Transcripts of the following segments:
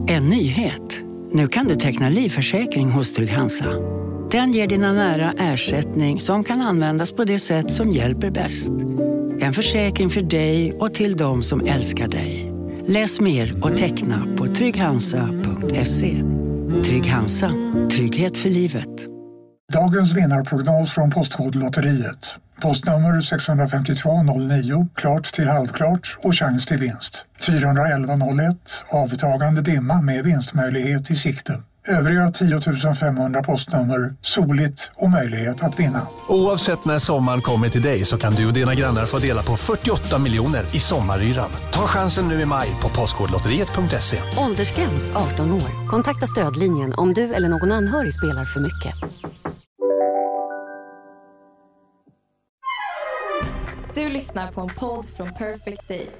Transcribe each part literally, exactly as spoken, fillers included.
En nyhet. Nu kan du teckna livförsäkring hos Trygg-Hansa. Den ger dina nära ersättning som kan användas på det sätt som hjälper bäst. En försäkring för dig och till de som älskar dig. Läs mer och teckna på trygghansa punkt se. Trygg-Hansa. Trygghet för livet. Dagens vinnarprognos från Postkodlotteriet. Postnummer sex fem två noll nio, klart till halvklart och chans till vinst. fyra ett ett noll ett, avtagande dimma med vinstmöjlighet i sikte. Övriga tio tusen femhundra postnummer, soligt och möjlighet att vinna. Oavsett när sommaren kommer till dig så kan du och dina grannar få dela på fyrtioåtta miljoner i sommaryran. Ta chansen nu i maj på postkodlotteriet punkt se. Åldersgräns arton år. Kontakta stödlinjen om du eller någon anhörig spelar för mycket. Du lyssnar på en podd från Perfect Day.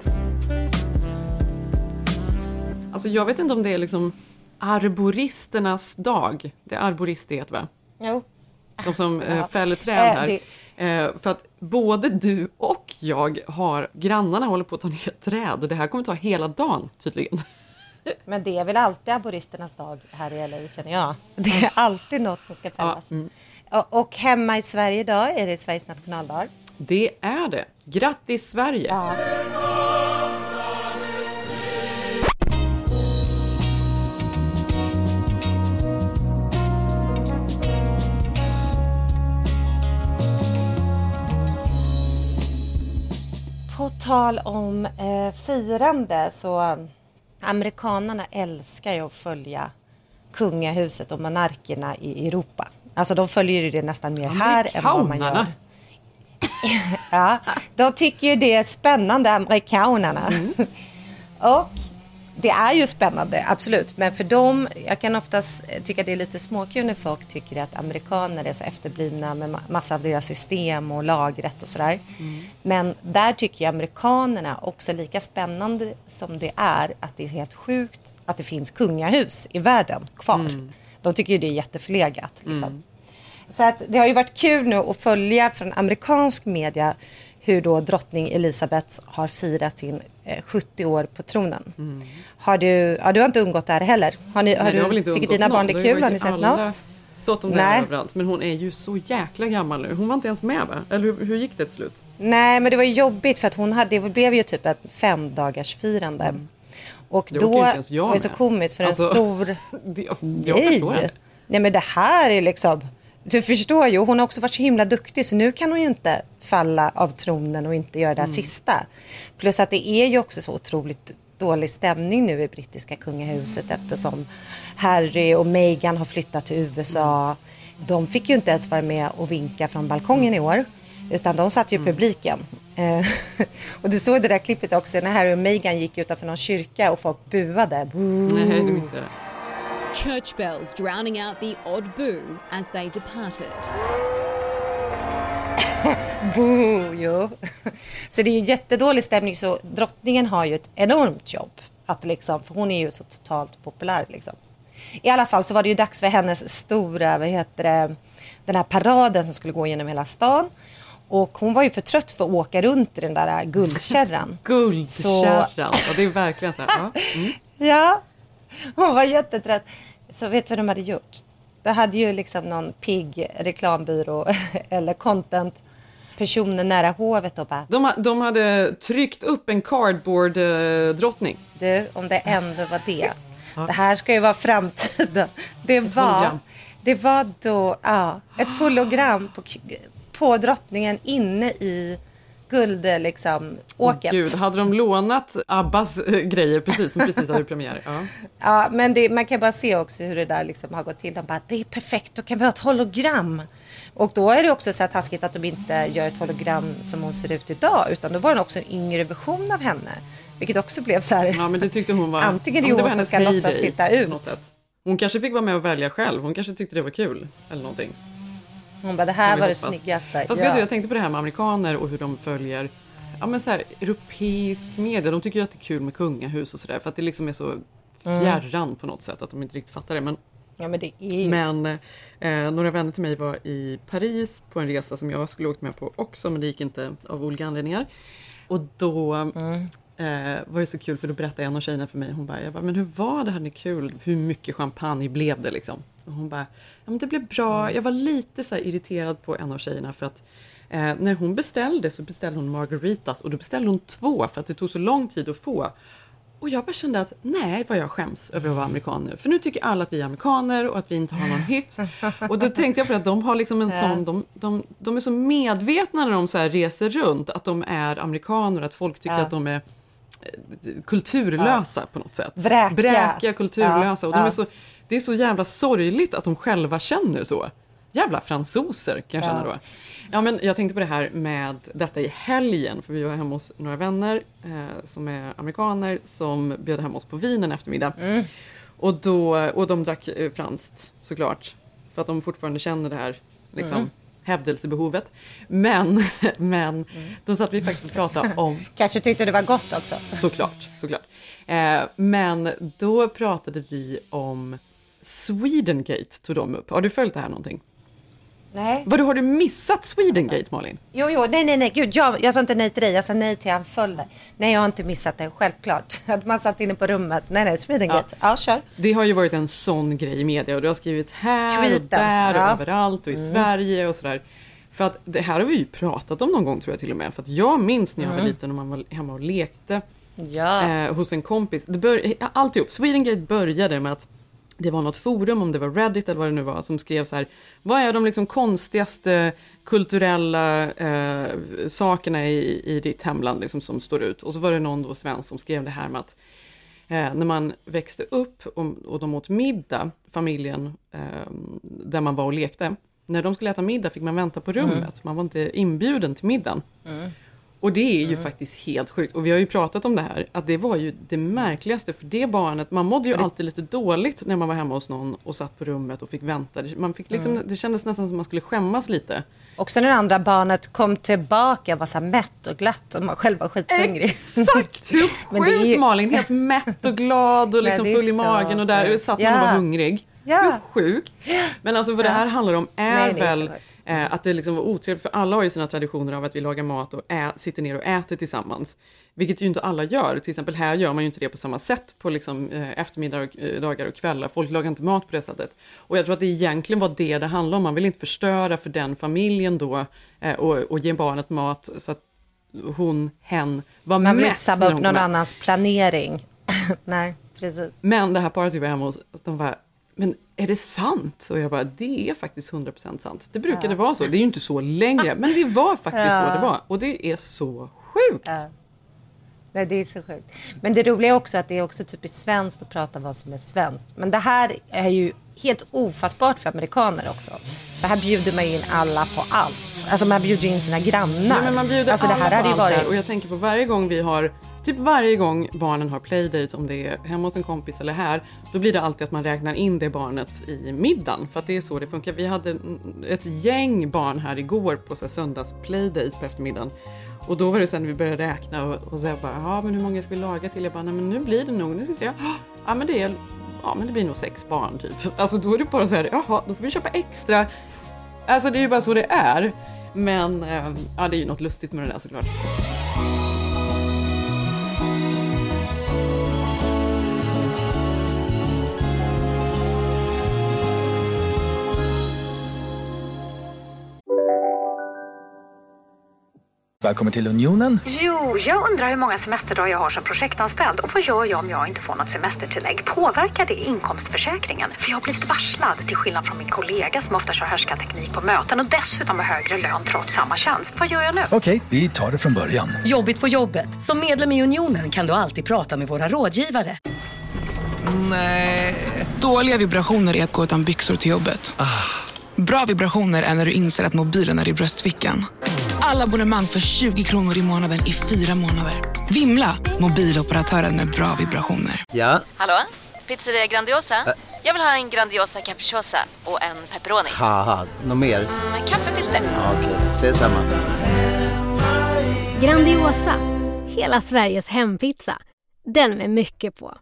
Alltså jag vet inte om det är liksom arboristernas dag. Det är arborister, va? Jo. De som ja. äh, fäller träd här. Äh, det... äh, för att både du och jag har, grannarna håller på att ta ner träd. Och det här kommer ta hela dagen tydligen. Men det är väl alltid arboristernas dag här i L A, känner jag. Det är alltid något som ska fällas. Ja, mm. och, och hemma i Sverige idag är det Sveriges nationaldag. Det är det. Grattis Sverige! Ja. På tal om eh, firande så amerikanerna älskar ju att följa kungahuset och monarkerna i Europa. Alltså de följer ju det nästan mer här än vad man gör. Ja, de tycker ju det är spännande, amerikanerna. Mm. Och det är ju spännande, absolut. Men för dem, jag kan oftast tycka det är lite småkul när folk tycker att amerikaner är så efterblivna med massa av deras system och lagrätt och sådär. Mm. Men där tycker jag amerikanerna också lika spännande som det är att det är helt sjukt att det finns kungahus i världen kvar. Mm. De tycker ju det är jätteförlegat liksom. Mm. Så att det har ju varit kul nu att följa från amerikansk media hur då drottning Elizabeth har firat sin eh, sjuttio år på tronen. Mm. Har du, ja, du har inte undgått det här heller? Har ni, har Nej, du, tycker dina barn det är kul? Har ni sett något? Stått om det här överallt. Men hon är ju så jäkla gammal nu. Hon var inte ens med, va? Eller hur, hur gick det till slut? Nej, men det var jobbigt för att hon hade, det blev ju typ ett fem dagars firande. Mm. Och det då var det så komiskt för alltså, en stor... det, jag, jag förstår inte. Nej, men det här är liksom... Du förstår ju, hon har också varit så himla duktig så nu kan hon ju inte falla av tronen och inte göra det här mm. sista. Plus att det är ju också så otroligt dålig stämning nu i brittiska kungahuset eftersom Harry och Meghan har flyttat till U S A. Mm. De fick ju inte ens vara med och vinka från balkongen i år utan de satt ju i publiken. Mm. Och du såg det där klippet också när Harry och Meghan gick utanför någon kyrka och folk buade. Boo. Nej, du missade det. Church bells drowning out the odd boo as they departed. Boo, jo. Så det är ju jättedålig stämning så drottningen har ju ett enormt jobb att liksom, för hon är ju så totalt populär liksom. I alla fall så var det ju dags för hennes stora, vad heter det, den här paraden som skulle gå genom hela stan. Och hon var ju för trött för att åka runt i den där guldkärran. Guldkärran, så... och det är verkligen så här. Ja. Mm. Ja. Hon var jättetrött. Så vet du vad de hade gjort? Det hade ju liksom någon pigg reklambyrå eller content personer nära hovet och bara... De, de hade tryckt upp en cardboard-drottning. Du, om det ändå var det. Ja. Det här ska ju vara framtiden. Det var, det var då ja, ett hologram på, på drottningen inne i... guld liksom åket. Oh, Gud, hade de lånat Abbas äh, grejer precis som precis hade premiär. Ja, ja men det, man kan bara se också hur det där liksom har gått till. De bara, det är perfekt, då kan vi ha ett hologram. Och då är det också så här taskigt att de inte gör ett hologram som hon ser ut idag. Utan då var det också en yngre version av henne. Vilket också blev så här. Ja, men det tyckte hon var... Antingen det är hon som ska låtsas titta ut. Hon kanske fick vara med och välja själv. Hon kanske tyckte det var kul. Eller någonting. Hon bara, det här var hoppas. Det snyggaste. Fast ja. vet du, jag tänkte på det här med amerikaner och hur de följer ja, men så här, europeisk media. De tycker ju att det är kul med kungahus och sådär. För att det liksom är så fjärran mm. på något sätt. Att de inte riktigt fattar det. Men, ja, men, det är ju... men eh, några vänner till mig var i Paris på en resa som jag skulle åkt med på också. Men det gick inte av olika anledningar. Och då mm. eh, var det så kul för då berättade en av tjejerna för mig. Hon bara, jag bara, men hur var det? Hade ni kul? Hur mycket champagne blev det liksom? Och hon bara, ja men det blev bra. Jag var lite så här irriterad på en av tjejerna för att eh, när hon beställde så beställde hon margaritas och då beställde hon två för att det tog så lång tid att få. Och jag bara kände att nej, vad jag skäms över att vara amerikan nu. För nu tycker alla att vi är amerikaner och att vi inte har någon hyfs. Och då tänkte jag på att de har liksom en sån, de, de, de är så medvetna när de så här reser runt att de är amerikaner, att folk tycker ja. att de är kulturlösa ja. på något sätt. Bräkiga. Bräkiga, kulturlösa. Ja. Och de är så, det är så jävla sorgligt att de själva känner så. Jävla fransoser kan jag känna ja. då. Ja, men jag tänkte på det här med detta i helgen. För vi var hemma hos några vänner eh, som är amerikaner som bjöd hem oss på vin en eftermiddag. Mm. Och, då, och de drack eh, franskt såklart. För att de fortfarande känner det här liksom, mm. hävdelsebehovet. Men, men mm. då satt vi faktiskt och pratade om... Kanske tyckte det var gott också. Såklart, såklart. Eh, men då pratade vi om Swedengate, tog de upp. Har du följt det här någonting? Nej. Vadå, har du missat Swedengate, Malin? Jo, jo, nej, nej, nej, gud, jag, jag sa inte nej till dig, jag sa nej till han följde. Nej, jag har inte missat det, självklart. Att man satt inne på rummet, nej, nej, Swedengate, ja. ja, kör. Det har ju varit en sån grej i media och du har skrivit här Tweeten. och där och ja. överallt och i mm. Sverige och sådär. För att det här har vi ju pratat om någon gång tror jag till och med. För att jag minns när jag mm. var liten och man var hemma och lekte ja. eh, hos en kompis. Det bör, alltihop, Swedengate började med att det var något forum, om det var Reddit eller vad det nu var, som skrev så här: vad är de liksom konstigaste kulturella eh, sakerna i, i ditt hemland liksom, som står ut? Och så var det någon då svensk som skrev det här med att eh, när man växte upp och, och de åt middag, familjen eh, där man var och lekte, när de skulle äta middag fick man vänta på rummet. Mm. Man var inte inbjuden till middagen. Mm. Och det är ju mm. faktiskt helt sjukt. Och vi har ju pratat om det här. Att det var ju det märkligaste för det barnet. Man mådde ju det... alltid lite dåligt när man var hemma hos någon och satt på rummet och fick vänta. Man fick liksom, mm. det kändes nästan som man skulle skämmas lite. Också när det andra barnet kom tillbaka var så mätt och glatt och man själv var skithungrig. Exakt! Hur sjukt ju... Malin, helt mätt och glad och liksom full i magen så... och där satt man och var hungrig. Ja. Hur sjukt. Men alltså vad ja. det här handlar om är Nej, väl eh, att det liksom var otrevligt, för alla har ju sina traditioner av att vi lagar mat och ä- sitter ner och äter tillsammans. Vilket ju inte alla gör. Till exempel här gör man ju inte det på samma sätt på liksom, eh, eftermiddagar och kvällar. Folk lagar inte mat på det sättet. Och jag tror att det egentligen var det det handlar om. Man vill inte förstöra för den familjen då eh, och, och ge barnet mat så att hon, hen var man mätt. Man vill sabba upp någon annans planering. Nej, precis. Men det här paret vi var hemma hos, de var men är det sant? Och jag bara, det är faktiskt hundra procent sant. Det brukade ja. vara så. Det är ju inte så längre. Men det var faktiskt ja. så det var. Och det är så sjukt. Ja. Nej, det är så sjukt. Men det roliga är också att det är också typiskt svenskt att prata vad som är svenskt. Men det här är ju helt ofattbart för amerikaner också. För här bjuder man in alla på allt. Alltså man bjuder in sina grannar. Ja, men man bjuder alltså, alla det här på allt varit... här. Och jag tänker på varje gång vi har, typ varje gång barnen har playdate, om det är hemma hos en kompis eller här, då blir det alltid att man räknar in det barnet i middagen. För att det är så det funkar. Vi hade ett gäng barn här igår på så här, söndags playdate på eftermiddagen. Och då var det sen vi började räkna och, och så bara, ja men hur många ska vi laga till? Jag bara, nej men nu blir det nog, nu ska jag säga, ja men det är, ja men det blir nog sex barn typ. Alltså då är det bara så här, jaha, då får vi köpa extra. Alltså det är ju bara så det är. Men äh, ja, det är ju något lustigt med det där såklart. Välkommen till Unionen. Jo, jag undrar hur många semesterdagar jag har som projektanställd. Och vad gör jag om jag inte får något semestertillägg? Påverkar det inkomstförsäkringen? För jag har blivit varslad, till skillnad från min kollega som ofta kör härskarteknik på möten och dessutom har högre lön trots samma tjänst. Vad gör jag nu? Okej, vi tar det från början. Jobbigt på jobbet. Som medlem i Unionen kan du alltid prata med våra rådgivare. Nej. Dåliga vibrationer är att gå utan byxor till jobbet. Ah. Bra vibrationer är när du inser att mobilen är i bröstfickan. Alla abonnemang för tjugo kronor i månaden i fyra månader. Vimla, mobiloperatören med bra vibrationer. Ja? Hallå? Pizzeria Grandiosa? Ä- Jag vill ha en Grandiosa capriciosa och en pepperoni. Haha, något mer? Mm, kaffefilter. Ja, okej, okay. Ses samma. Grandiosa, hela Sveriges hempizza. Den med mycket på.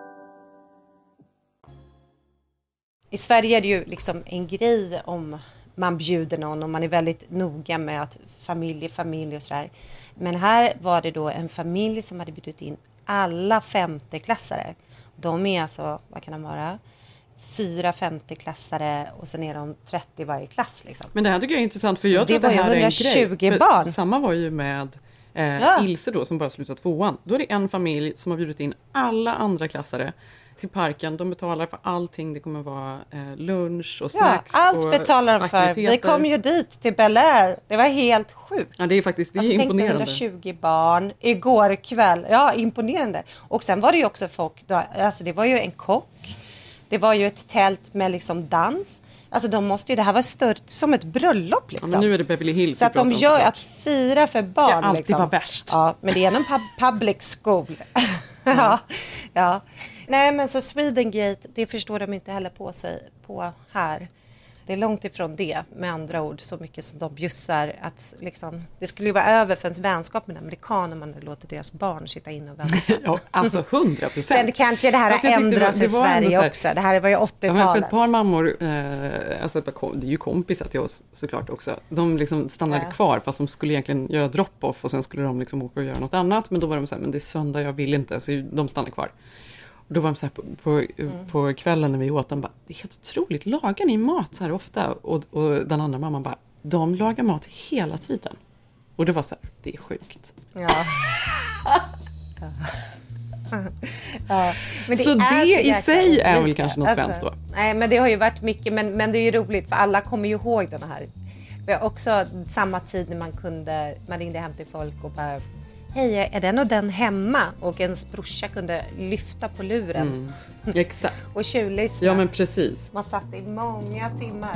I Sverige är det ju liksom en grej om man bjuder någon och man är väldigt noga med att familj, familj och sådär. Men här var det då en familj som hade bjudit in alla femteklassare. De är alltså, vad kan det vara? Fyra femteklassare och sen är de trettio i varje klass. Liksom. Men det här tycker jag är intressant för jag så tror att det här är en grej. Barn. För samma var ju med eh, ja. Ilse då som bara slutat tvåan. Då är det en familj som har bjudit in alla andra klassare till parken. De betalar för allting. Det kommer vara eh, lunch och snacks. Ja, allt och betalar de för. Vi kom ju dit till Bel Air. Det var helt sjukt. Ja, det är faktiskt det är alltså, imponerande. hundratjugo barn igår kväll. Ja, imponerande. Och sen var det ju också folk. Då, alltså det var ju en kock. Det var ju ett tält med liksom dans. Alltså de måste ju, det här var stört som ett bröllop liksom. Ja, men nu är det Beverly Hills. Så att de gör att fira för barn. Ska alltid liksom. vara värst. Ja, men det är en pub- public school. ja, ja. Nej, men så Swedengate, det förstår de inte heller på sig på här. Det är långt ifrån det, med andra ord, så mycket som de bjussar att liksom, det skulle ju vara över för ens vänskap med en amerikan om man låter deras barn sitta in och vänta. Ja, alltså hundra procent. Sen kanske det här har ändrats i Sverige här, också. Det här var ju åttiotalet. Ja, men för ett par mammor, eh, alltså det är ju kompisar till oss såklart också. De liksom stannade ja. kvar fast de skulle egentligen göra drop-off och sen skulle de liksom åka och göra något annat. Men då var de så här, men det är söndag, jag vill inte. Så de stannade kvar. Och då var de så här på, på, mm. på kvällen när vi åt, de bara, det är helt otroligt, lagar ni mat så här ofta? Och, och den andra mamman bara, de lagar mat hela tiden. Och det var så här, det är sjukt. Ja. ja. Men det så är det i sig är väl kanske något alltså, svenskt då? Nej, men det har ju varit mycket, men, men det är ju roligt för alla kommer ju ihåg den här. Vi har också samma tid när man kunde, man ringde hem till folk och bara, hej, är den och den hemma? Och ens brorsa kunde lyfta på luren. Mm, exakt. och tjuvlyssna. Ja, men precis. Man satt i många timmar.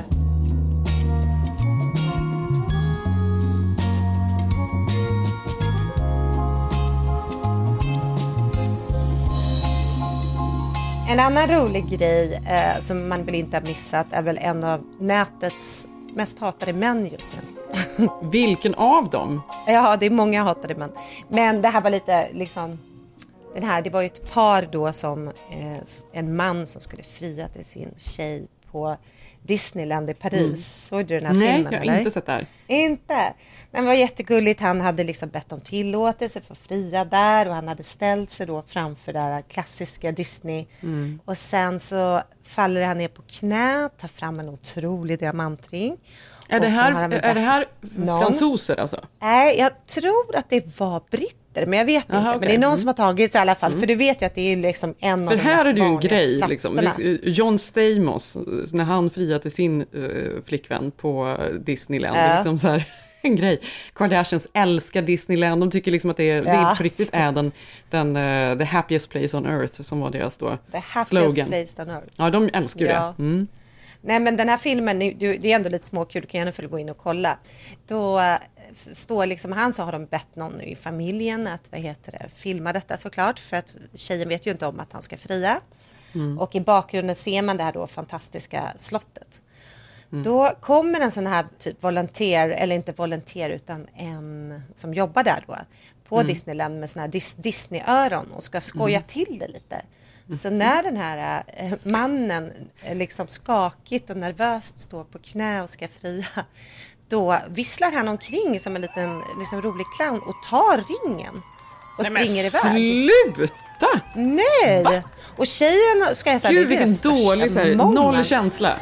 En annan rolig grej eh, som man väl inte har missat är väl en av nätets mest hatade män just nu. Vilken av dem? Ja, det är många hatade män. Men det här var lite liksom, den här, det var ju ett par då som eh, en man som skulle fria till sin tjej på Disneyland i Paris. Mm. Såg du den här Nej, filmen? Nej, jag har eller? inte sett det här. Inte? Den var jättegulligt. Han hade liksom bett om tillåtelse för att fria där och han hade ställt sig då framför det här klassiska Disney. Mm. Och sen så faller han ner på knä, tar fram en otrolig diamantring. Är det här, är det här fransoser alltså? Nej, jag tror att det var britter, men jag vet Aha, inte. Okay. Men det är någon mm. som har tagit sig i alla fall. Mm. För du vet ju att det är liksom en för av de här mest är det ju en grej. Liksom. John Stamos, när han friade till sin uh, flickvän på Disneyland. Ja. Liksom så här, en grej. Kardashians älskar Disneyland. De tycker liksom att det är, ja. det är på riktigt är den, den uh, the happiest place on earth som var deras då the happiest slogan. Place on earth. Ja, de älskar ju ja. det. Mm. Nej, men den här filmen, det är ändå lite småkul, du kan gärna följa gå in och kolla. Då står liksom han, så har de bett någon i familjen att, vad heter det, filma detta såklart. För att tjejen vet ju inte om att han ska fria. Mm. Och i bakgrunden ser man det här då fantastiska slottet. Mm. Då kommer en sån här typ volontär, eller inte volontär utan en som jobbar där då. På mm. Disneyland med såna här Dis- Disney-öron och ska skoja mm. till det lite. Så när den här äh, mannen äh, liksom skakigt och nervöst står på knä och ska fria, då visslar han omkring som en liten liksom, rolig clown och tar ringen och Nej, springer iväg. Sluta! Nej! Va? Och tjejen ska jag säga, Gud, vilken dålig så här, noll känsla.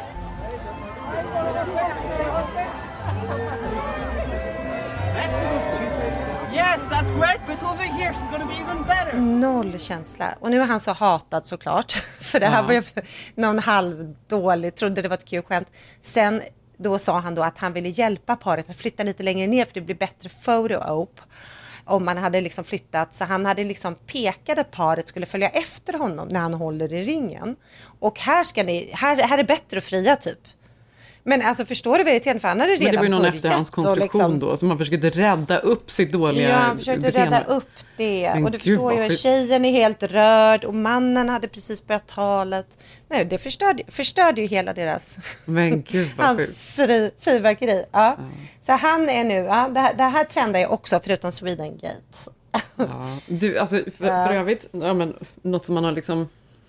Yes, that's great, but over here she's going to be even better. Noll känsla. Och nu är han så hatad såklart. För det här ja. var ju någon halvdålig, trodde det var ett kul skämt. Sen då sa han då att han ville hjälpa paret att flytta lite längre ner för det blir bättre photo-op om man hade liksom flyttat. Så han hade liksom pekat att paret skulle följa efter honom när han håller i ringen. Och här ska ni, här, här är bättre att fria typ. Men alltså förstår du vad det är? För han hade redan Men det var ju någon börjat efterhandskonstruktion liksom, då som man försökte rädda upp sitt dåliga Ja, han försökte beteende. rädda upp det. Men och du Gud, förstår ju att tjejen är helt rörd och mannen hade precis börjat talet. Nej, det förstörde, förstörde ju hela deras Men Gud, vad hans fri, fyrverkeri. Ja. Mm. Så han är nu, ja, det, här, det här trendar ju också förutom Swedengate. Ja. Du, alltså för, för övrigt, ja, men, något som man har liksom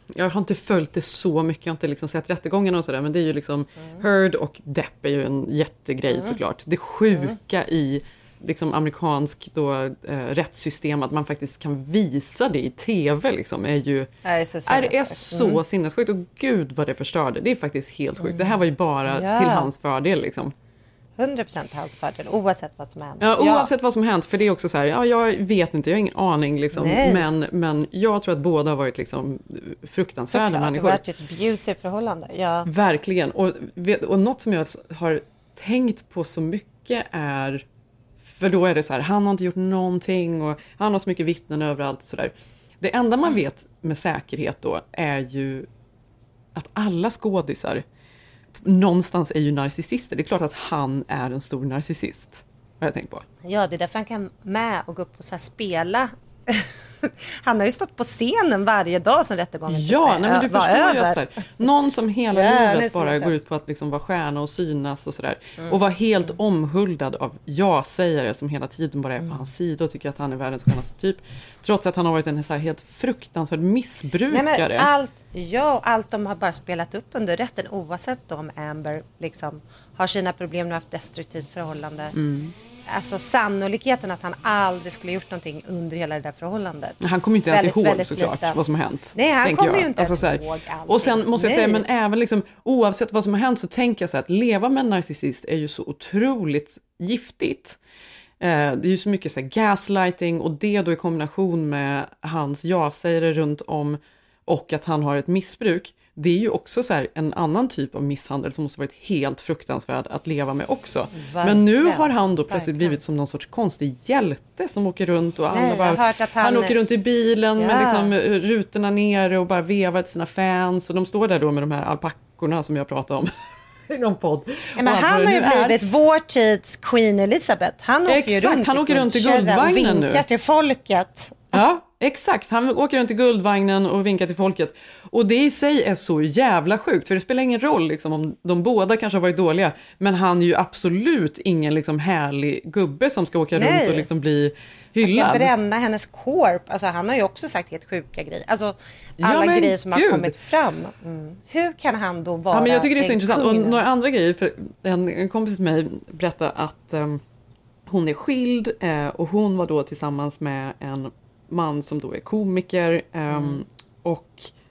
jag har inte följt det så mycket, jag har inte liksom sett rättegångarna och sådär, men det är ju liksom mm. Heard och Depp är ju en jättegrej mm. såklart. Det sjuka mm. i liksom amerikansk då, eh, rättssystem, att man faktiskt kan visa det i tv liksom, är ju det är så, är, det är så mm. sinnessjukt, och gud vad det förstörde. Det är faktiskt helt sjukt. Mm. Det här var ju bara ja. till hans fördel liksom. hundra procent hans fördel, oavsett vad som hänt. Ja, oavsett ja. vad som hänt, för det är också så här, ja, jag vet inte, jag har ingen aning liksom, men, men jag tror att båda har varit liksom fruktansvärda Såklart, människor. Det har varit ett abusive förhållande, ja. Verkligen, och, och något som jag har tänkt på så mycket är, för då är det så här, han har inte gjort någonting och han har så mycket vittnen överallt och sådär. Det enda man vet med säkerhet då är ju att alla skådisar någonstans är ju narcissister. Det är klart att han är en stor narcissist, har jag tänkt på. Ja, det är därför han kan med och gå upp och så här spela. Han har ju stått på scenen varje dag som rättegången ja, typ, nej, men du var förstår över. ju att så här, någon som hela ja, livet bara går ut på att liksom vara stjärna och synas och sådär. Mm. Och var helt mm. omhuldad av ja-sägare som hela tiden bara är på mm. hans sida och tycker att han är världens skönaste typ. Trots att han har varit en så här helt fruktansvärd missbrukare. Nej, men allt, ja, allt de har bara spelat upp under rätten, oavsett om Amber liksom har sina problem och haft destruktivt förhållande. Mm. Alltså sannolikheten att han aldrig skulle gjort någonting under hela det där förhållandet. Han kommer inte ens väldigt, ihåg väldigt såklart liten. vad som har hänt. Nej, han kommer jag. ju inte alltså, ens ihåg allting. Och sen måste jag Nej. säga, men även liksom, oavsett vad som har hänt så tänker jag så här, att leva med en narcissist är ju så otroligt giftigt. Eh, det är ju så mycket så här, gaslighting, och det då i kombination med hans ja-sägare runt om och att han har ett missbruk. Det är ju också så här en annan typ av misshandel som måste varit helt fruktansvärd att leva med också. Verkligen. Men nu har han då plötsligt Verkligen. blivit som någon sorts konstig hjälte som åker runt och Nej, alla bara, han, han åker runt i bilen ja. med liksom rutorna nere och bara vevar till sina fans, och de står där då med de här alpackorna som jag pratade om i någon podd. Ja, men han har ju blivit är. vår tids Queen Elizabeth. Han åker Exakt, ju runt han i åker runt i guldvagnen nu. Och vinkar till folket. Ja, exakt. Han åker runt i guldvagnen och vinkar till folket. Och det i sig är så jävla sjukt. För det spelar ingen roll liksom, om de båda kanske har varit dåliga. Men han är ju absolut ingen liksom, härlig gubbe som ska åka Nej. runt och liksom, bli hyllad. Han ska bränna hennes korp. Alltså, han har ju också sagt helt sjuka grejer. Alltså alla ja, grejer som Gud. har kommit fram. Mm. Hur kan han då vara ja, men jag tycker det är så intressant. kungen? Och några andra grejer. För en, en kompis till mig berättade att um, hon är skild. Uh, och hon var då tillsammans med en man som då är komiker. Um, mm. Och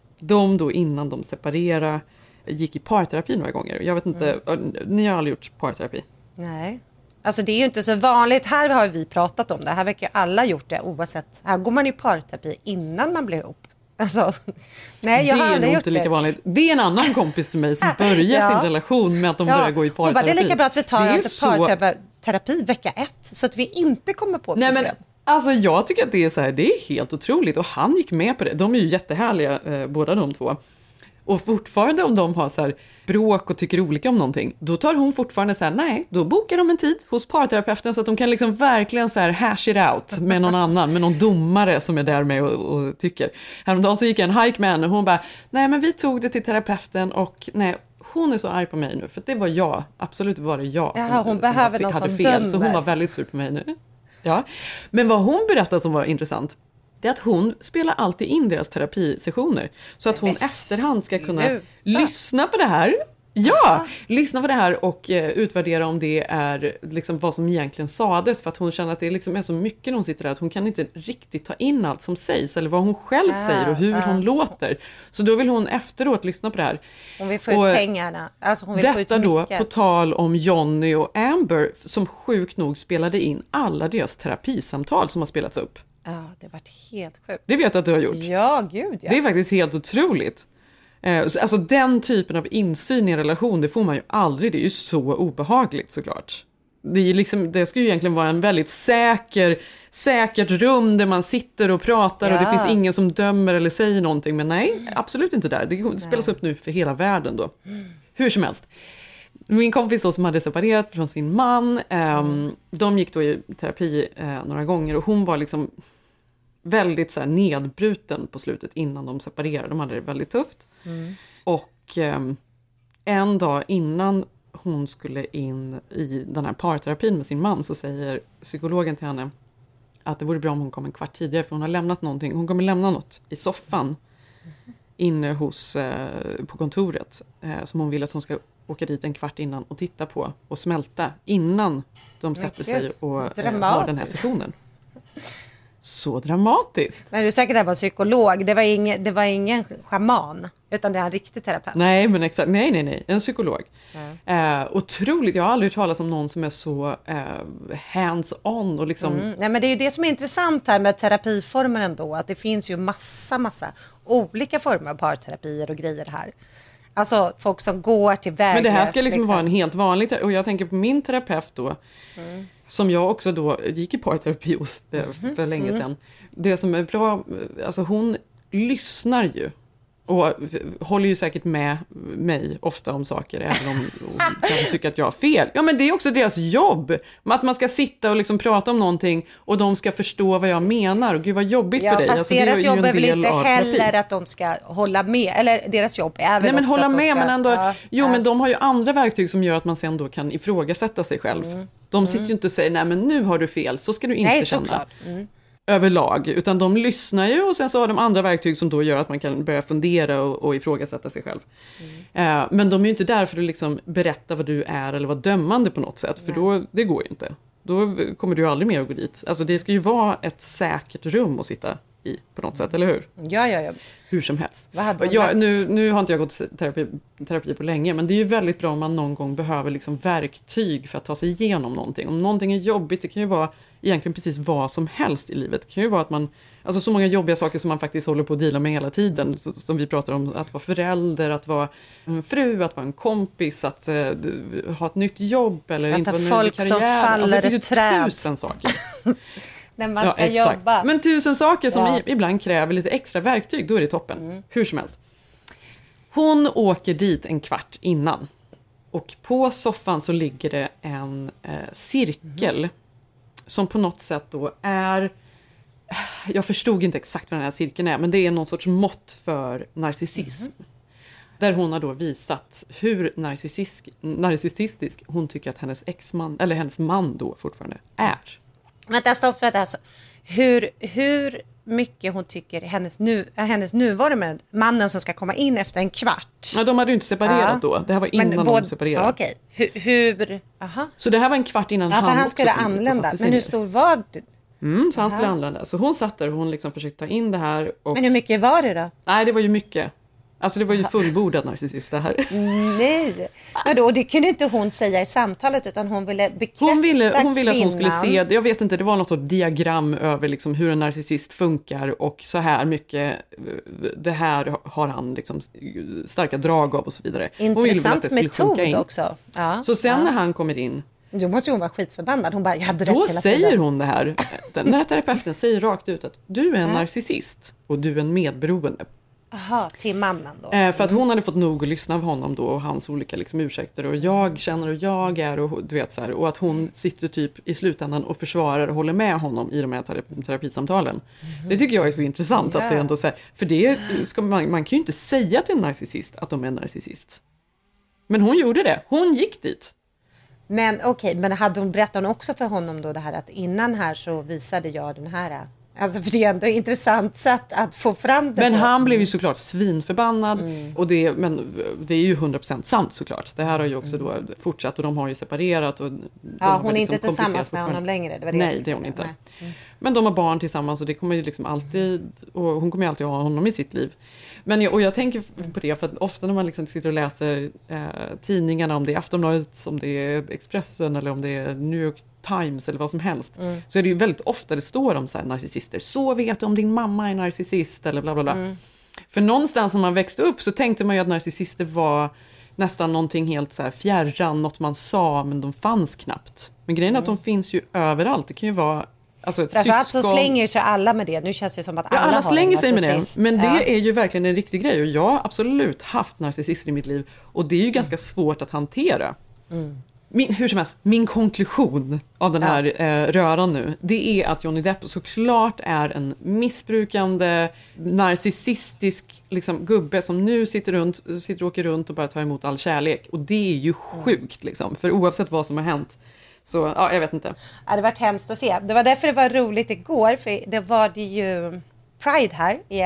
de då innan de separerade gick i parterapi några gånger. Jag vet inte, mm. ni har aldrig gjort parterapi? Nej. Alltså det är ju inte så vanligt. Här har vi pratat om det. Här verkar alla gjort det oavsett. Här går man i parterapi innan man blir ihop. Alltså, nej, jag det har är aldrig nog gjort inte det. lika vanligt. Det är en annan kompis till mig som börjar ja. sin relation med att de ja. börjar gå i parterapi. Bara, det är lika bra att vi tar alltså parterapi så... vecka ett så att vi inte kommer på problem. Nej, men alltså jag tycker att det är så här, det är helt otroligt, och han gick med på det. De är ju jättehärliga eh, båda de två. Och fortfarande om de har så här bråk och tycker olika om någonting, då tar hon fortfarande så här, nej, då bokar de en tid hos parterapeuten så att de kan liksom verkligen så här hash it out med någon annan, med någon domare som är där med och, och tycker. Häromdagen så gick en hike med henne och hon bara, nej men vi tog det till terapeuten och nej, hon är så arg på mig nu, för det var jag, absolut var det jag Jaha, som, hon som behöver var, någon hade som fel, dömer. så hon var väldigt sur på mig nu. Ja. Men vad hon berättade som var intressant, det är att hon spelar alltid in deras terapisessioner. Så att hon Bäst. efterhand ska kunna Sluta. lyssna på det här. Ja, Aha. lyssna på det här och eh, utvärdera om det är liksom vad som egentligen sades. För att hon känner att det liksom är så mycket när hon sitter där att hon kan inte riktigt ta in allt som sägs. Eller vad hon själv ah, säger och hur ah. hon låter. Så då vill hon efteråt lyssna på det här. Hon vill få ut och, pengarna. Alltså hon vill detta få ut då mycket. På tal om Johnny och Amber som sjukt nog spelade in alla deras terapisamtal som har spelats upp. Ja, det har varit helt sjukt. Det vet du att du har gjort. Ja, gud ja. Det är faktiskt helt otroligt. Alltså den typen av insyn i en relation, det får man ju aldrig. Det är ju så obehagligt såklart. Det, är liksom, det ska ju egentligen vara en väldigt säker, säkert rum där man sitter och pratar ja. och det finns ingen som dömer eller säger någonting. Men nej, absolut inte där. Det nej. spelas upp nu för hela världen då. Mm. Hur som helst. Min kompis då som hade separerat från sin man, mm. eh, de gick då i terapi eh, några gånger och hon var liksom väldigt så här nedbruten på slutet innan de separerade. De hade det väldigt tufft. Mm. Och eh, en dag innan hon skulle in i den här parterapin med sin man så säger psykologen till henne att det vore bra om hon kom en kvart tidigare för hon har lämnat någonting. Hon kommer lämna något i soffan. inne hos, eh, på kontoret eh, som hon vill att hon ska åka dit en kvart innan och titta på och smälta innan de sätter sig och eh, har den här sessionen. Så dramatiskt. Men du är säkert att det var psykolog. Det var, ingen, det var ingen shaman, utan det är en riktig terapeut. Nej, men exakt. Nej, nej, nej. En psykolog. Mm. Eh, otroligt. Jag har aldrig hört talas om någon som är så eh, hands-on och liksom... Mm. Nej, men det är ju det som är intressant här med terapiformer ändå. Att det finns ju massa, massa olika former av parterapier och grejer här. Alltså folk som går till vägen. Men det här ska liksom, liksom vara en helt vanlig... Och jag tänker på min terapeut då... Mm. Som jag också då gick i parterapi hos för mm. länge sedan. Mm. Det som är bra, alltså hon lyssnar ju. Och håller ju säkert med mig ofta om saker. Även om hon kanske tycker att jag har fel. Ja, men det är också deras jobb. Att man ska sitta och liksom prata om någonting. Och de ska förstå vad jag menar. Och gud vad jobbigt ja, för dig. Fast alltså, deras det är jobb är väl inte heller terapi. att de ska hålla med. Eller deras jobb är väl Nej, men också hålla att de med, ska... men ändå, ja, jo, ja. men de har ju andra verktyg som gör att man sen då kan ifrågasätta sig själv. Mm. De mm. sitter ju inte och säger, nej men nu har du fel. Så ska du inte nej, känna. Mm. Överlag, utan de lyssnar ju och sen så har de andra verktyg som då gör att man kan börja fundera och, och ifrågasätta sig själv. Mm. Eh, men de är ju inte där för att liksom berätta vad du är eller vara dömande på något sätt, för då, det går ju inte. Då kommer du aldrig mer att gå dit. Alltså det ska ju vara ett säkert rum att sitta i på något sätt, eller hur? Ja, ja, ja. Hur som helst. Vad hade ja, nu, nu har inte jag gått terapi, terapi på länge, men det är ju väldigt bra om man någon gång behöver liksom verktyg för att ta sig igenom någonting. Om någonting är jobbigt, det kan ju vara egentligen precis vad som helst i livet. Det kan ju vara att man, alltså så många jobbiga saker som man faktiskt håller på att dela med hela tiden. Som vi pratar om, att vara förälder, att vara en fru, att vara en kompis, att uh, ha ett nytt jobb eller att inte vara folk som faller alltså, det ett träd. Tusen saker. När man ska ja, jobba. Men tusen saker som ja. ibland kräver lite extra verktyg, då är det toppen. Mm. Hur som helst. Hon åker dit en kvart innan. Och på soffan så ligger det en eh, cirkel. Mm. Som på något sätt då är... Jag förstod inte exakt vad den här cirkeln är. Men det är någon sorts mått för narcissism. Mm. Där hon har då visat hur narcissistisk hon tycker att hennes exman, eller hennes man då fortfarande är. Vänta, stopp för det alltså. Hur, hur mycket hon tycker hennes, nu, hennes nuvarande mannen som ska komma in efter en kvart. Ja, de hade ju inte separerat ja. då. Det här var innan men både, de separerade. Ja, okej. Hur, hur aha. Så det här var en kvart innan ja, han, han skulle anlända. Men hur stor var det? Mm, så han skulle anlända. Så hon satt där och hon liksom försökte ta in det här. Och... Men hur mycket var det då? Nej, det var ju mycket. Alltså det var ju fullbordad narcissist det här. Nej, men då, det kunde inte hon säga i samtalet utan hon ville bekräfta hon ville, hon ville kvinnan. Att hon skulle se, jag vet inte, det var något sorts diagram över liksom hur en narcissist funkar och så här mycket, det här har han liksom starka drag av och så vidare. Intressant metod också. Ja, så sen ja. när han kommer in, då måste hon vara skitförbannad. Hon bara, jag hade rätt då hela säger tiden. hon det här, den här terapeuten säger rakt ut att du är en ja. narcissist och du är en medberoende. Aha, till mannen då. Eh, för att hon hade fått nog att lyssna av honom då och hans olika liksom, ursäkter och jag känner och jag är och du vet så här, och att hon sitter typ i slutändan och försvarar och håller med honom i de här terapi- terapisamtalen. Mm. Det tycker jag är så intressant yeah. att det ändå så här, för det ska man, man kan ju inte säga till en narcissist att de är en narcissist. Men hon gjorde det. Hon gick dit. Men okej, okay, men hade hon berättat också för honom då det här att innan här så visade jag den här. Alltså för det är ändå ett intressant sätt att få fram det. Men på. han blev ju såklart svinförbannad. Mm. Och det, men det är ju hundra procent sant såklart. Det här har ju också då fortsatt och de har ju separerat. Och ja, hon är liksom inte tillsammans med honom längre. Det var det Nej, det är hon inte. Mm. Men de har barn tillsammans och det kommer ju liksom alltid, och hon kommer ju alltid ha honom i sitt liv. Men jag, och jag tänker på det för att ofta när man liksom sitter och läser eh, tidningarna, om det är Aftonbladet, om det är Expressen eller om det är New York Times eller vad som helst, mm. så är det ju väldigt ofta det står om så här narcissister. Så vet du om din mamma är narcissist eller bla bla bla. Mm. För någonstans när man växte upp så tänkte man ju att narcissister var nästan någonting helt så här fjärran, något man sa men de fanns knappt. Men grejen är mm. att de finns ju överallt. Det kan ju vara alltså ett Framförallt syskon. Så slänger sig alla med det. Nu känns det som att alla, ja, alla har slänger sig med det. Men det ja. är ju verkligen en riktig grej. Och jag har absolut haft narcissister i mitt liv. Och det är ju ganska svårt att hantera. Mm. Min, hur som helst, min konklusion av den här ja. eh, röran nu, det är att Johnny Depp såklart är en missbrukande, narcissistisk liksom, gubbe som nu sitter, runt, sitter och åker runt och bara tar emot all kärlek. Och det är ju sjukt, liksom, för oavsett vad som har hänt. Så, ja, jag vet inte. Ja, det var hemskt att se. Det var därför det var roligt igår, för det var det ju Pride här i L A.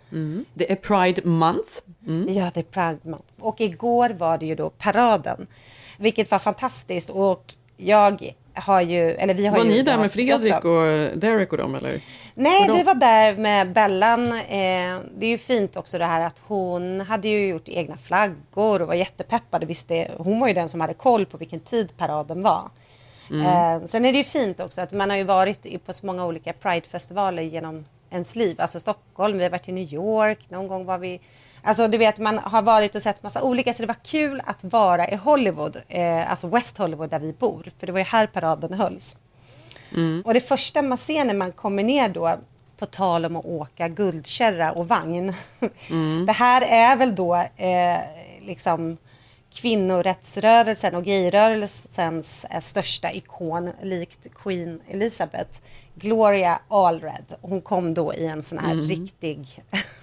Mm. Det är Pride Month. Mm. Ja, det är Pride Month. Och igår var det ju då paraden, vilket var fantastiskt. Och jag har ju, eller vi har var ju... Var ni där med Fredrik också. och Derek och dem, eller? Nej, vi var där med Bellan. Eh, det är ju fint också det här att hon hade ju gjort egna flaggor och var jättepeppad. Visste, hon var ju den som hade koll på vilken tid paraden var. Mm. Eh, sen är det ju fint också att man har ju varit på så många olika Pride-festivaler genom ens liv. Alltså Stockholm, vi har varit i New York, någon gång var vi... Alltså du vet, man har varit och sett massa olika, så det var kul att vara i Hollywood, eh, alltså West Hollywood där vi bor. För det var ju här paraden hölls. Mm. Och det första man ser när man kommer ner då, på tal om att åka guldkärra och vagn. Mm. Det här är väl då eh, liksom kvinnorättsrörelsen och gayrörelsens eh, största ikon, likt Queen Elizabeth, Gloria Allred. Hon kom då i en sån här mm. riktig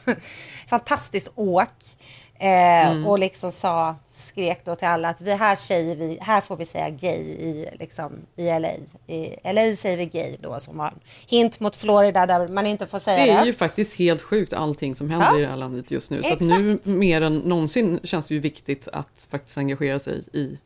fantastisk åk. Eh, mm. Och liksom sa, skrek då till alla att vi här säger vi, här får vi säga gay i, liksom, i L A. I L A säger vi gay då, som var en hint mot Florida där man inte får säga det. Det är det. ju faktiskt helt sjukt allting som händer ja. i det här landet just nu. Så att nu mer än någonsin känns det ju viktigt att faktiskt engagera sig i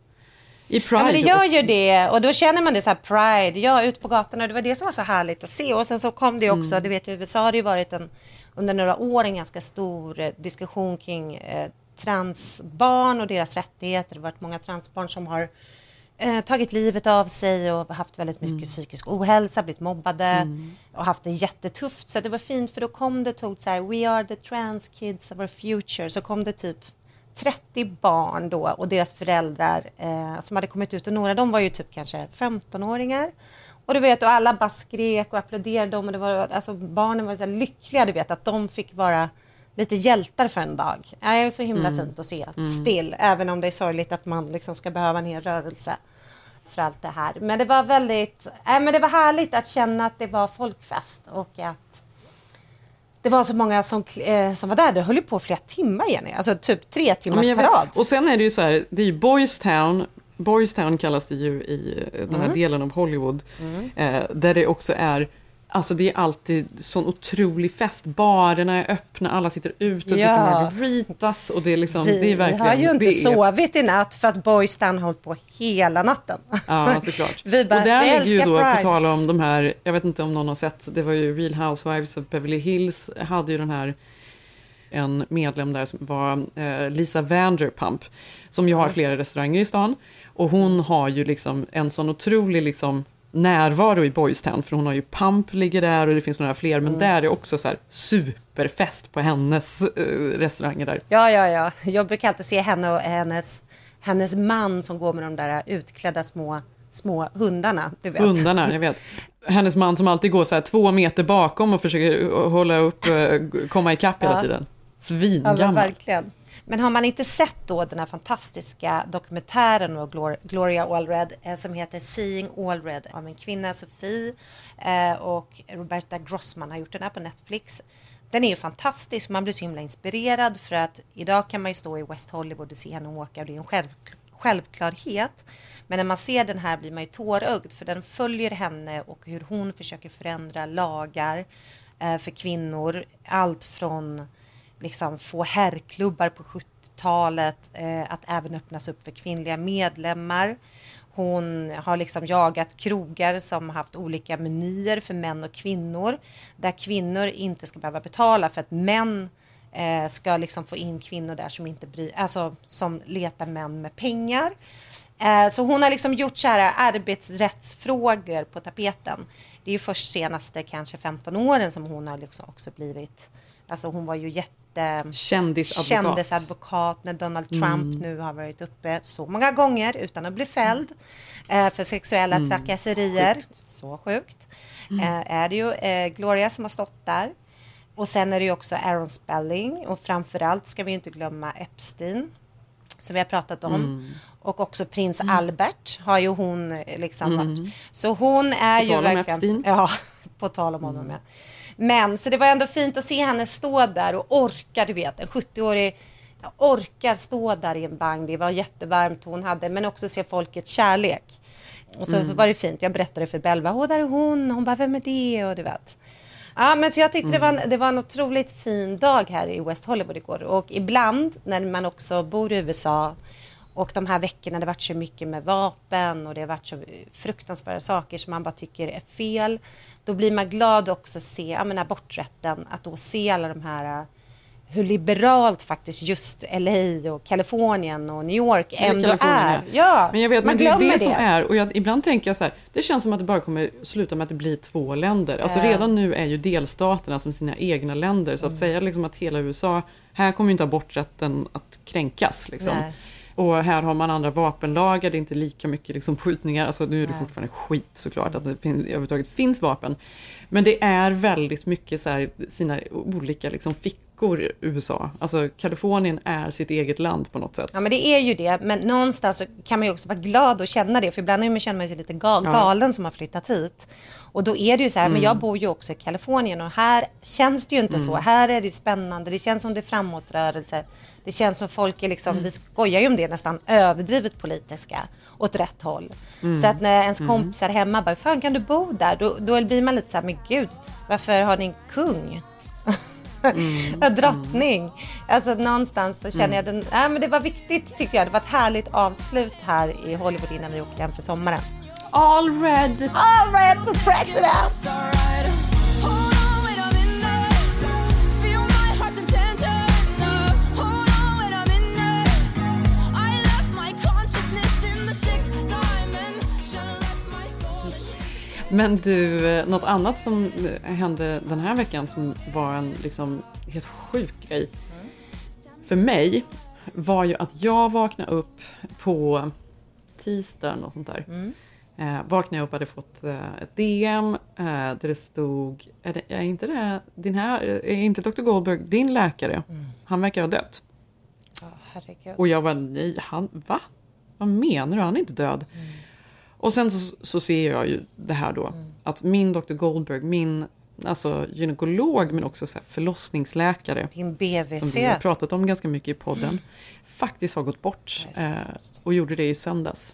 I Pride. Ja, men det gör ju det. Och då känner man det så här, Pride, ja, ut på gatorna. Det var det som var så härligt att se. Och sen så kom det också, mm. du vet, i U S A har det ju varit en, under några år en ganska stor eh, diskussion kring eh, transbarn och deras rättigheter. Det har varit många transbarn som har eh, tagit livet av sig och haft väldigt mycket mm. psykisk ohälsa, blivit mobbade mm. och haft det jättetufft. Så det var fint, för då kom det, tog så här, we are the trans kids of our future. Så kom det typ trettio barn då och deras föräldrar eh, som hade kommit ut, och några av dem var ju typ kanske femtonåringar. Och du vet, och alla bara skrek och applåderade dem, och det var, alltså, barnen var så lyckliga, du vet, att de fick vara lite hjältar för en dag. Det är så himla mm. fint att se mm. still, även om det är sorgligt att man liksom ska behöva en hel rörelse för allt det här. Men det var väldigt, äh, men det var härligt att känna att det var folkfest och att det var så många som, eh, som var där. Det höll ju på flera timmar igen. Alltså typ tre timmars ja, parad. Och sen är det ju så här, det är ju Boys Town. Boys Town kallas det ju i den här mm. delen av Hollywood. Mm. Eh, där det också är, alltså det är alltid sån otrolig fest. Barerna är öppna, alla sitter ute och ja. dricker margaritas. Och det är liksom, Vi det är verkligen, har ju inte är... sovit i natt för att Boys Town har hållit på hela natten. Ja, såklart. Vi bara, och där vi ligger ju då, Pride. på tal om de här, jag vet inte om någon har sett, det var ju Real Housewives of Beverly Hills, hade ju den här, en medlem där som var eh, Lisa Vanderpump, som ju har flera restauranger i stan. Och hon har ju liksom en sån otrolig liksom närvaro i Boys Town, för hon har ju Pump ligger där och det finns några fler, men mm. där är också så här superfest på hennes eh, restauranger där. Ja, ja, ja. Jag brukar alltid se henne och hennes, hennes man som går med de där utklädda små, små hundarna, du vet. Hundarna, jag vet. Hennes man som alltid går så här två meter bakom och försöker hålla upp, komma ikapp hela ja. tiden. Svingammal. Ja, verkligen. Men har man inte sett då den här fantastiska dokumentären av Glor- Gloria Allred eh, som heter Seeing Allred av en kvinna, Sofie, eh, och Roberta Grossman har gjort den här på Netflix. Den är ju fantastisk, man blir så himla inspirerad, för att idag kan man ju stå i West Hollywood och se henne åka, och det är en själv, självklarhet. Men när man ser den här blir man ju tårögd, för den följer henne och hur hon försöker förändra lagar eh, för kvinnor. Allt från liksom få herrklubbar på sjuttiotalet eh, att även öppnas upp för kvinnliga medlemmar. Hon har liksom jagat krogar som har haft olika menyer för män och kvinnor, där kvinnor inte ska behöva betala för att män eh, ska liksom få in kvinnor där som inte bryr, alltså som letar män med pengar. Eh, så hon har liksom gjort så här arbetsrättsfrågor på tapeten. Det är ju först senaste kanske femton åren som hon har liksom också blivit, alltså hon var ju jätte Kändisadvokat. kändisadvokat när Donald Trump mm. nu har varit uppe så många gånger utan att bli fälld eh, för sexuella mm. trakasserier. Sjukt. Så sjukt. Mm. Eh, är det ju eh, Gloria som har stått där. Och sen är det ju också Aaron Spelling. Och framförallt ska vi inte glömma Epstein, som vi har pratat om. Mm. Och också prins mm. Albert har ju hon liksom mm. varit. Så hon är ju verkligen... Epstein. Ja, på tal om honom, mm. ja. Men så det var ändå fint att se henne stå där och orka, du vet, en sjuttio-årig orkar stå där i en vagn. Det var jättevarmt hon hade, men också se folkets kärlek. Och så mm. var det fint, jag berättade för Belva, åh där är hon, hon bara, vem är det? Och du vet. Ja, men så jag tyckte Mm. det, var, det var en otroligt fin dag här i West Hollywood igår. Och ibland när man också bor i U S A och de här veckorna det har varit så mycket med vapen och det har varit så fruktansvärda saker som man bara tycker är fel. Då blir man glad också att se, ja men aborträtten, att då se alla de här, hur liberalt faktiskt just L A och Kalifornien och New York ändå är. Ja, men jag vet, man men det är det, glömmer som det. är, och jag, ibland tänker jag så här, det känns som att det bara kommer sluta med att det blir två länder. Alltså Ja. redan nu är ju delstaterna som sina egna länder, så att Mm. säga liksom att hela U S A, här kommer ju inte aborträtten att kränkas liksom. Nej. Och här har man andra vapenlagar, det är inte lika mycket liksom skjutningar. Alltså nu är det Nej. fortfarande skit såklart att det fin- överhuvudtaget finns vapen. Men det är väldigt mycket så här, sina olika liksom fickor i U S A. Alltså Kalifornien är sitt eget land på något sätt. Ja, men det är ju det. Men någonstans så kan man ju också vara glad och känna det. För ibland känner man sig lite gal- Ja. galen som har flyttat hit. Och då är det ju så här, Mm. men jag bor ju också i Kalifornien och här känns det ju inte Mm. så. Här är det spännande, det känns som det är framåtrörelse. Det känns som folk är liksom, Mm. vi skojar ju om det, nästan överdrivet politiska åt rätt håll. Mm. Så att när ens Mm. kompisar hemma bara, fan kan du bo där? Då, då blir man lite så här, men gud, varför har ni en kung? Mm. En drottning. Alltså någonstans så känner Mm. jag den, nej, men det var viktigt tyckte jag. Det var ett härligt avslut här i Hollywood innan vi åker hem för sommaren. All red. All red for president. Men du, något annat som hände den här veckan som var en liksom helt sjuk grej för mig var ju att jag vaknade upp på tisdagen och sånt där. Mm. Eh, vaknade jag upp och hade fått eh, ett D M eh, där det stod, är, det, är inte det din här, är inte doktor Goldberg din läkare? Mm. Han verkar ha dött. Oh, herregud. Och jag var nej, han, va? Vad menar du? Han är inte död. Mm. Och sen så, så ser jag ju det här då. Mm. Att min doktor Goldberg, min alltså, gynekolog men också så här förlossningsläkare. Din B V C. Som vi har pratat om ganska mycket i podden. Mm. Faktiskt har gått bort. Det är så Eh, hemskt. och gjorde det i söndags.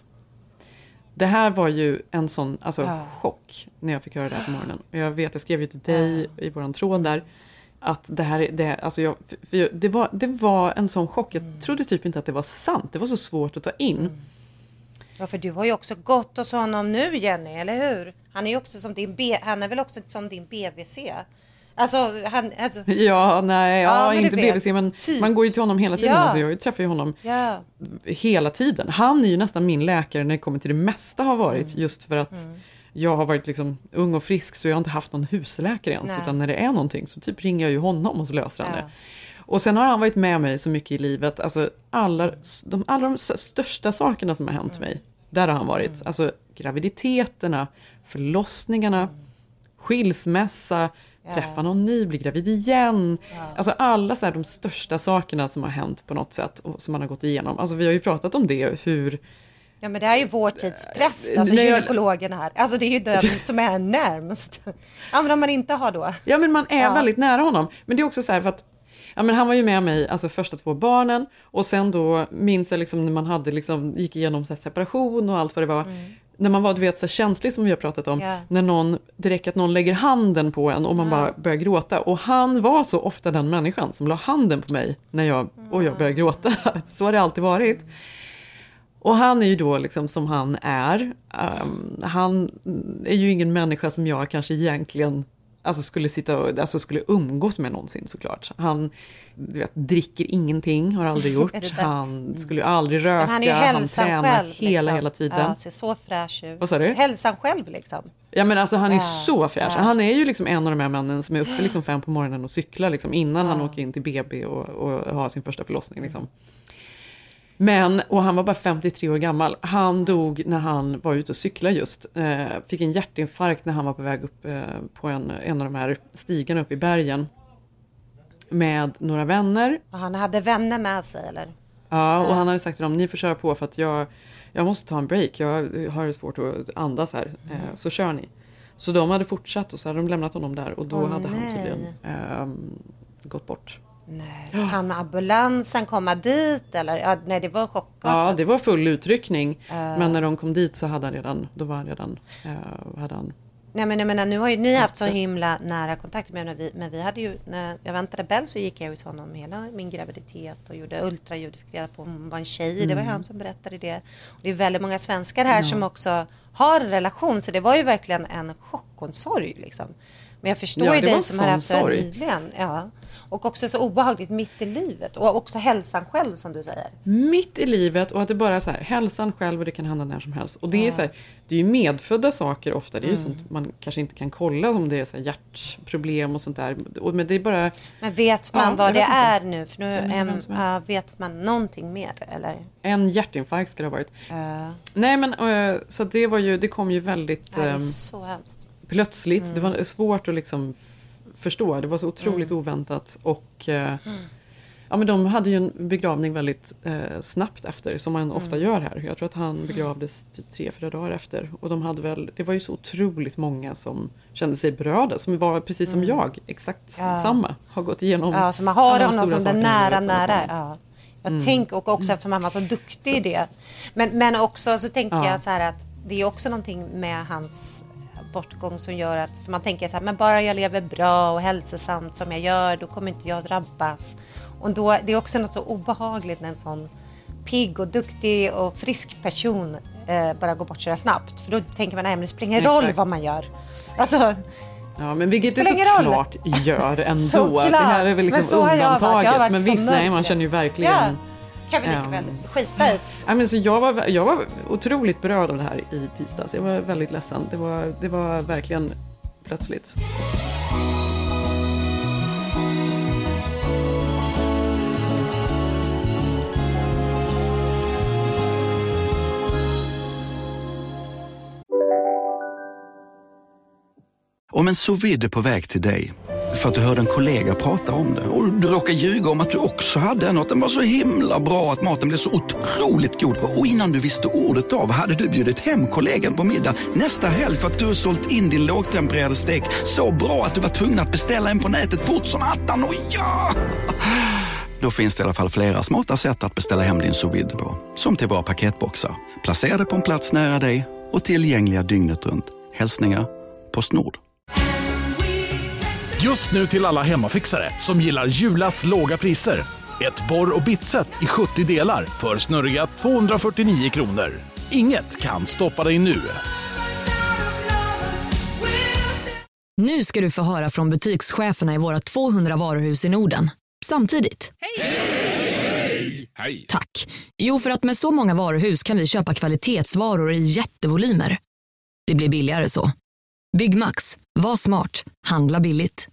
Det här var ju en sån alltså, Ja. chock när jag fick höra det här på morgonen. Och jag vet, jag skrev ju till dig i våran tråd där. Att det här är, det, alltså jag, för, för jag, det, var, det var en sån chock. Jag Mm. trodde typ inte att det var sant. Det var så svårt att ta in. Ja, för du har ju också gått hos honom nu, Jenny, eller hur? Han är ju också som din B, han är väl också som din B V C. Alltså, han, alltså. Ja, nej, ja, Ja, men du inte vet, B V C, men typ. man går ju till honom hela tiden. Ja. Alltså, jag träffar ju honom Ja. hela tiden. Han är ju nästan min läkare när det kommer till det mesta har varit. Mm. Just för att Mm. jag har varit liksom ung och frisk så jag har inte haft någon husläkare ens. Nej. Utan när det är någonting så typ ringer jag ju honom och så löser han Ja. det. Och sen har han varit med mig så mycket i livet. Alltså alla de, alla de största sakerna som har hänt mig. Där har han varit. Mm. Alltså graviditeterna, förlossningarna, skilsmässa, Ja. träffa någon ny, bli gravid igen. Ja. Alltså alla så här, de största sakerna som har hänt på något sätt och som man har gått igenom. Alltså vi har ju pratat om det, hur... Ja, men det är ju vår tids präst, alltså Nej, jag- gynekologerna här. Alltså det är ju den som är närmast. Ja, men om man inte har då. Ja, men man är Ja. väldigt nära honom. Men det är också så här för att ja, men han var ju med mig, alltså första två barnen. Och sen då minns jag liksom när man hade liksom, gick igenom så här separation och allt vad det var. Mm. När man var, du vet, så känslig som vi har pratat om. Ja. När någon, direkt att någon lägger handen på en och man Ja. bara börjar gråta. Och han var så ofta den människan som la handen på mig när jag, och jag började gråta. Så har det alltid varit. Och han är ju då liksom som han är. Um, han är ju ingen människa som jag kanske egentligen alltså skulle sitta och, alltså skulle umgås med någonsin såklart. Han du vet, dricker ingenting, har aldrig gjort. Är det det? Han skulle ju aldrig röka. Men han är ju hälsan tränar själv. hela, liksom. hela tiden. Ja, ser så fräsch ut. Vad sa du? Hälsan själv liksom. Ja, men alltså han är Ja. så fräsch. Ja. Han är ju liksom en av de här männen som är uppe liksom fem på morgonen och cyklar liksom innan han Ja. åker in till B B och, och har sin första förlossning liksom. Men, och han var bara femtiotre år gammal. Han dog när han var ute och cyklade just. Eh, fick en hjärtinfarkt när han var på väg upp eh, på en, en av de här stigarna upp i bergen. Med några vänner. Och han hade vänner med sig eller? Ja, och han hade sagt till dem, ni får köra på för att jag, jag måste ta en break. Jag har svårt att andas här. Mm. Eh, så kör ni. Så de hade fortsatt och så hade de lämnat honom där. Och då Åh, hade han nej. tydligen eh, gått bort. Nej. Han med ambulansen komma dit eller? Ja, nej, det var chockat. Ja, det var full utryckning. Uh. Men när de kom dit så hade han redan, då var han redan, eh, hade han Nej men jag menar, nu har ju ni haft så himla nära kontakt med när vi, men vi hade ju, när jag väntade Bell så gick jag hos honom hela min graviditet och gjorde ultraljud, fick reda på om hon var en tjej, mm. det var han som berättade det. Och det är väldigt många svenskar här ja. som också har en relation, så det var ju verkligen en chock och en sorg liksom. Men jag förstår ja, ju dig som har haft det nyligen. Ja. Och också så obehagligt mitt i livet. Och också hälsan själv som du säger. Mitt i livet och att det bara är så här. Hälsan själv och det kan hända när som helst. Och det är ja. så här. Det är ju medfödda saker ofta. Det är ju mm. sånt man kanske inte kan kolla om det är så här hjärtproblem och sånt där. Och, men det är bara... Men vet man ja, vad det är nu? För nu en, uh, vet man någonting mer eller? En hjärtinfarkt ska det ha varit. Uh. Nej men uh, så det var ju, det kom ju väldigt... Det är um, så hemskt. Plötsligt, mm. det var svårt att liksom f- förstå. Det var så otroligt mm. oväntat. Och eh, mm. ja, men de hade ju en begravning väldigt eh, snabbt efter, som man mm. ofta gör här. Jag tror att han begravdes typ tre, fyra dagar efter. Och de hade väl, det var ju så otroligt många som kände sig berörda. Som var precis som mm. jag, exakt ja. samma. Har gått igenom. Ja, så man har honom som den nära, nära. Ja. Jag mm. tänker, och också eftersom han var så duktig så. i det. Men, men också så tänker ja. jag så här att det är också någonting med hans... bortgång som gör att, för man tänker så här, men bara jag lever bra och hälsosamt som jag gör, då kommer inte jag drabbas. Och då, det är också något så obehagligt när en sån pigg och duktig och frisk person eh, bara går bort så där snabbt. För då tänker man, nej men det spelar ingen roll Exakt. vad man gör. Alltså, ja, men vilket det såklart gör ändå. Så det här är väl liksom men undantaget. Varit, men visst, nej, man känner ju verkligen... Ja. Kan vi lika väl skita ut. Ja, men så jag, var, jag var otroligt berörd av det här i tisdags. Jag var väldigt ledsen. Det var, det var verkligen plötsligt. Om en sous vide är på väg till dig för att du hörde en kollega prata om det och du råkar ljuga om att du också hade en och att den var så himla bra att maten blev så otroligt god. Och innan du visste ordet av hade du bjudit hem kollegan på middag nästa helg för att du har sålt in din lågtempererade stek så bra att du var tvungen att beställa en på nätet fort som attan. Och ja! Då finns det i alla fall flera smarta sätt att beställa hem din sous vide på. Som till våra paketboxar. Placerade på en plats nära dig och tillgängliga dygnet runt. Hälsningar Postnord. Just nu till alla hemmafixare som gillar Julas låga priser. Ett borr- och bitset i sjuttio delar för snurriga tvåhundrafyrtionio kronor. Inget kan stoppa dig nu. Nu ska du få höra från butikscheferna i våra tvåhundra varuhus i Norden. Samtidigt. Hej! Hej! Hej! Tack. Jo, för att med så många varuhus kan vi köpa kvalitetsvaror i jättevolymer. Det blir billigare så. Byggmax. Var smart. Handla billigt.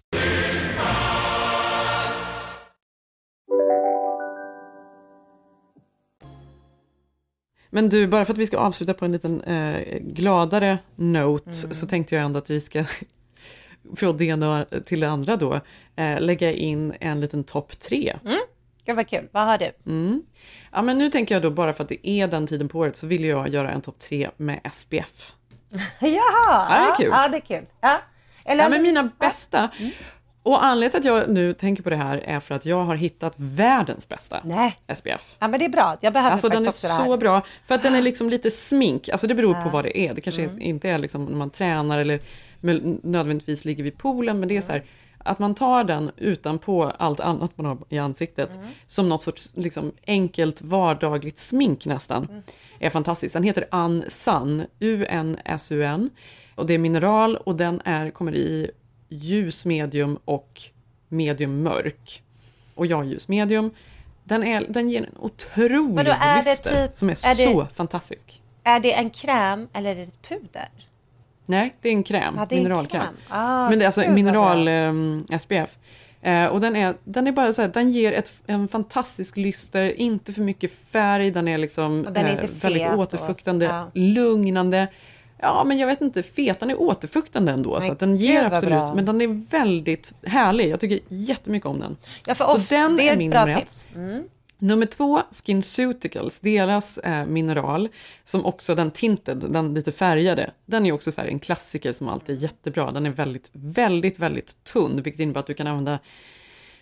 Men du, bara för att vi ska avsluta på en liten eh, gladare note mm. så tänkte jag ändå att vi ska från det ena till det andra då eh, lägga in en liten topp tre. Mm. Det var kul. Vad har du? Mm. Ja, men nu tänker jag då bara för att det är den tiden på året så vill jag göra en topp tre med S P F. Jaha, ja, det är kul. Ja, det är kul. Ja. Eller... ja, men mina bästa. Mm. Och anledningen till att jag nu tänker på det här är för att jag har hittat världens bästa Nej. S P F. Ja, men det är bra. Jag behöver alltså, faktiskt också det här. Den är så bra. För att den är liksom lite smink. Alltså det beror ja. på vad det är. Det kanske mm. inte är liksom när man tränar eller nödvändigtvis ligger vid poolen. Men det är mm. så här att man tar den utanpå allt annat man har i ansiktet. Mm. Som något sorts liksom enkelt vardagligt smink nästan. Mm. Är fantastiskt. Den heter Unsun. U N S U N. Och det är mineral och den är, kommer i ljus medium och medium mörk. Och jag ljus medium. Den, är, den ger en otrolig lyster typ, som är, är så det, fantastisk. Är det en kräm eller är det ett puder? Nej, det är en kräm. Ja, det är mineralkräm. En kräm. Ah, men det är alltså mineral um, S P F. Uh, och den är, den är bara så här, den ger ett, en fantastisk lyster, inte för mycket färg, den är liksom den är uh, väldigt återfuktande, och, ja. lugnande. Ja, men jag vet inte, fetan är återfuktande ändå. Men så att den ger absolut, bra. Men den är väldigt härlig. Jag tycker jättemycket om den. Ja, för oss, så den det är, är min bra nummer tips. Mm. Nummer två, SkinCeuticals, deras eh, mineral, som också den tinted, den lite färgade, den är också så här en klassiker som alltid är jättebra. Den är väldigt, väldigt, väldigt tunn, vilket innebär att du kan använda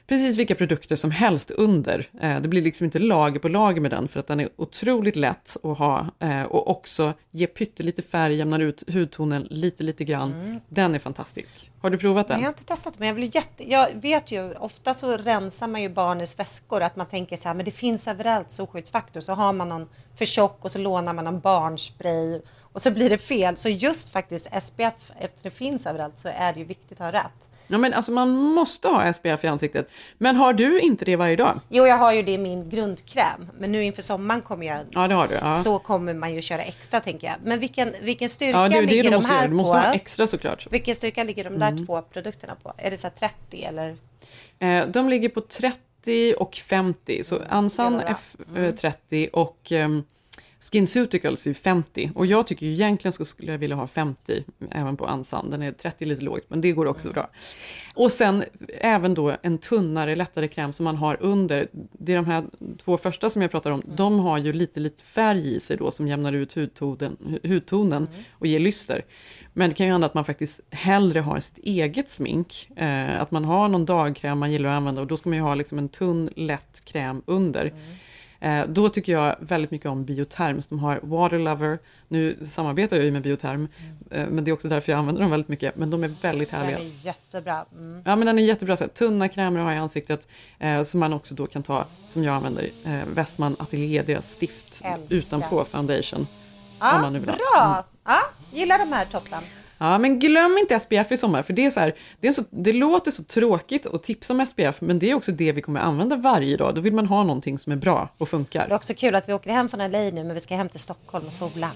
precis vilka produkter som helst under. Det blir liksom inte lager på lager med den för att den är otroligt lätt att ha och också ger pyttelite färg, jämnar ut hudtonen lite, lite grann. Mm. Den är fantastisk. Har du provat den? Jag har inte testat, men jag vill jätte... Jag vet ju, ofta så rensar man ju barnens väskor, att man tänker så här, men det finns överallt solskyddsfaktor, så har man någon för tjock och så lånar man någon barnspray och så blir det fel. Så just faktiskt S P F, efter det finns överallt, så är det ju viktigt att ha rätt. Ja, men alltså man måste ha S P F i ansiktet. Men har du inte det varje dag? Jo, jag har ju det i min grundkräm. Men nu inför sommaren kommer jag... Ja, det har du. Ja. Så kommer man ju köra extra, tänker jag. Men vilken, vilken styrka ja, det är det ligger de, de här du på? Du måste ha extra såklart. Vilken styrka ligger de där mm. två produkterna på? Är det så här trettio eller? Eh, de ligger på trettio och femtio. Så Ansan F trettio och... Um, SkinCeuticals är femtio och jag tycker ju egentligen så skulle jag vilja ha femtio även på Ansan. Den är trettio lite lågt, men det går också mm. bra. Och sen även då en tunnare, lättare kräm som man har under. Det är de här två första som jag pratar om. Mm. De har ju lite, lite färg i sig då som jämnar ut hudtonen, hudtonen mm. och ger lyster. Men det kan ju hända att man faktiskt hellre har sitt eget smink. Eh, att man har någon dagkräm man gillar att använda och då ska man ju ha liksom en tunn, lätt kräm under. Mm. Eh, då tycker jag väldigt mycket om Bioterm. De har Water Lover. Nu samarbetar jag ju med Bioterm. Mm. Eh, men det är också därför jag använder dem väldigt mycket. Men de är väldigt härliga. Den är jättebra. Mm. Ja, men den är jättebra. Så här, tunna krämer har jag i ansiktet. Eh, som man också då kan ta, som jag använder, eh, Westman Atelier, deras stift. Älskar. Utanpå foundation. Ja, man nu bra. Mm. Ja, gillar de här toppen. Ja, men glöm inte S P F i sommar, för det är så här, det, är så, det låter så tråkigt att tipsa om S P F, men det är också det vi kommer använda varje dag. Då vill man ha någonting som är bra och funkar. Det är också kul att vi åker hem från L A nu, men vi ska hem till Stockholm och sola.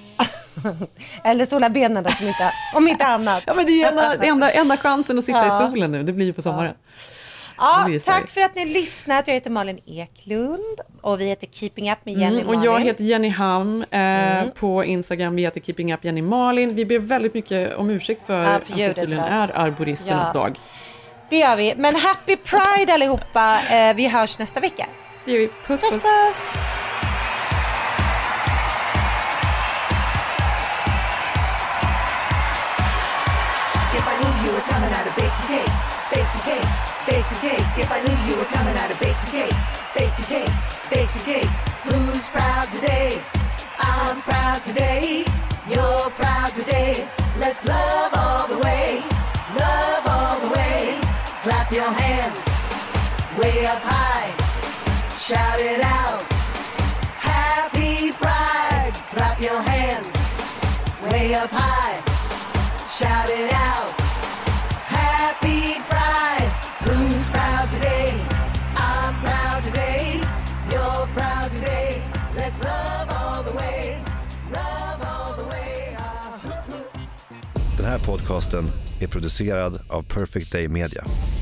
Eller sola benen då, om inte, om inte annat. Ja, men det är ju enda, enda, enda chansen att sitta ja. i solen nu, det blir ju på sommaren. Ja. Ja, tack för att ni lyssnat. Jag heter Malin Eklund och vi heter Keeping Up med Jenny mm, och Malin. jag heter Jenny Ham eh, mm. på Instagram. Vi heter Keeping Up Jenny Malin. Vi ber väldigt mycket om ursäkt för, ja, för att det tydligen är arboristernas ja. dag. Det gör vi. Men happy Pride allihopa. Eh, vi hörs nästa vecka. Det gör vi. Puss, puss. puss, puss. Baked a cake, if I knew you were coming out of baked a cake, baked a cake, baked a cake. Who's proud today? I'm proud today. You're proud today. Let's love all the way, love all the way. Clap your hands way up high, shout it out. Happy Pride. Clap your hands way up high, shout it out. Happy Pride. Who's proud today? I'm proud today. You're proud today. Let's love all the way. Love all the way. Den här podcasten är producerad av Perfect Day Media.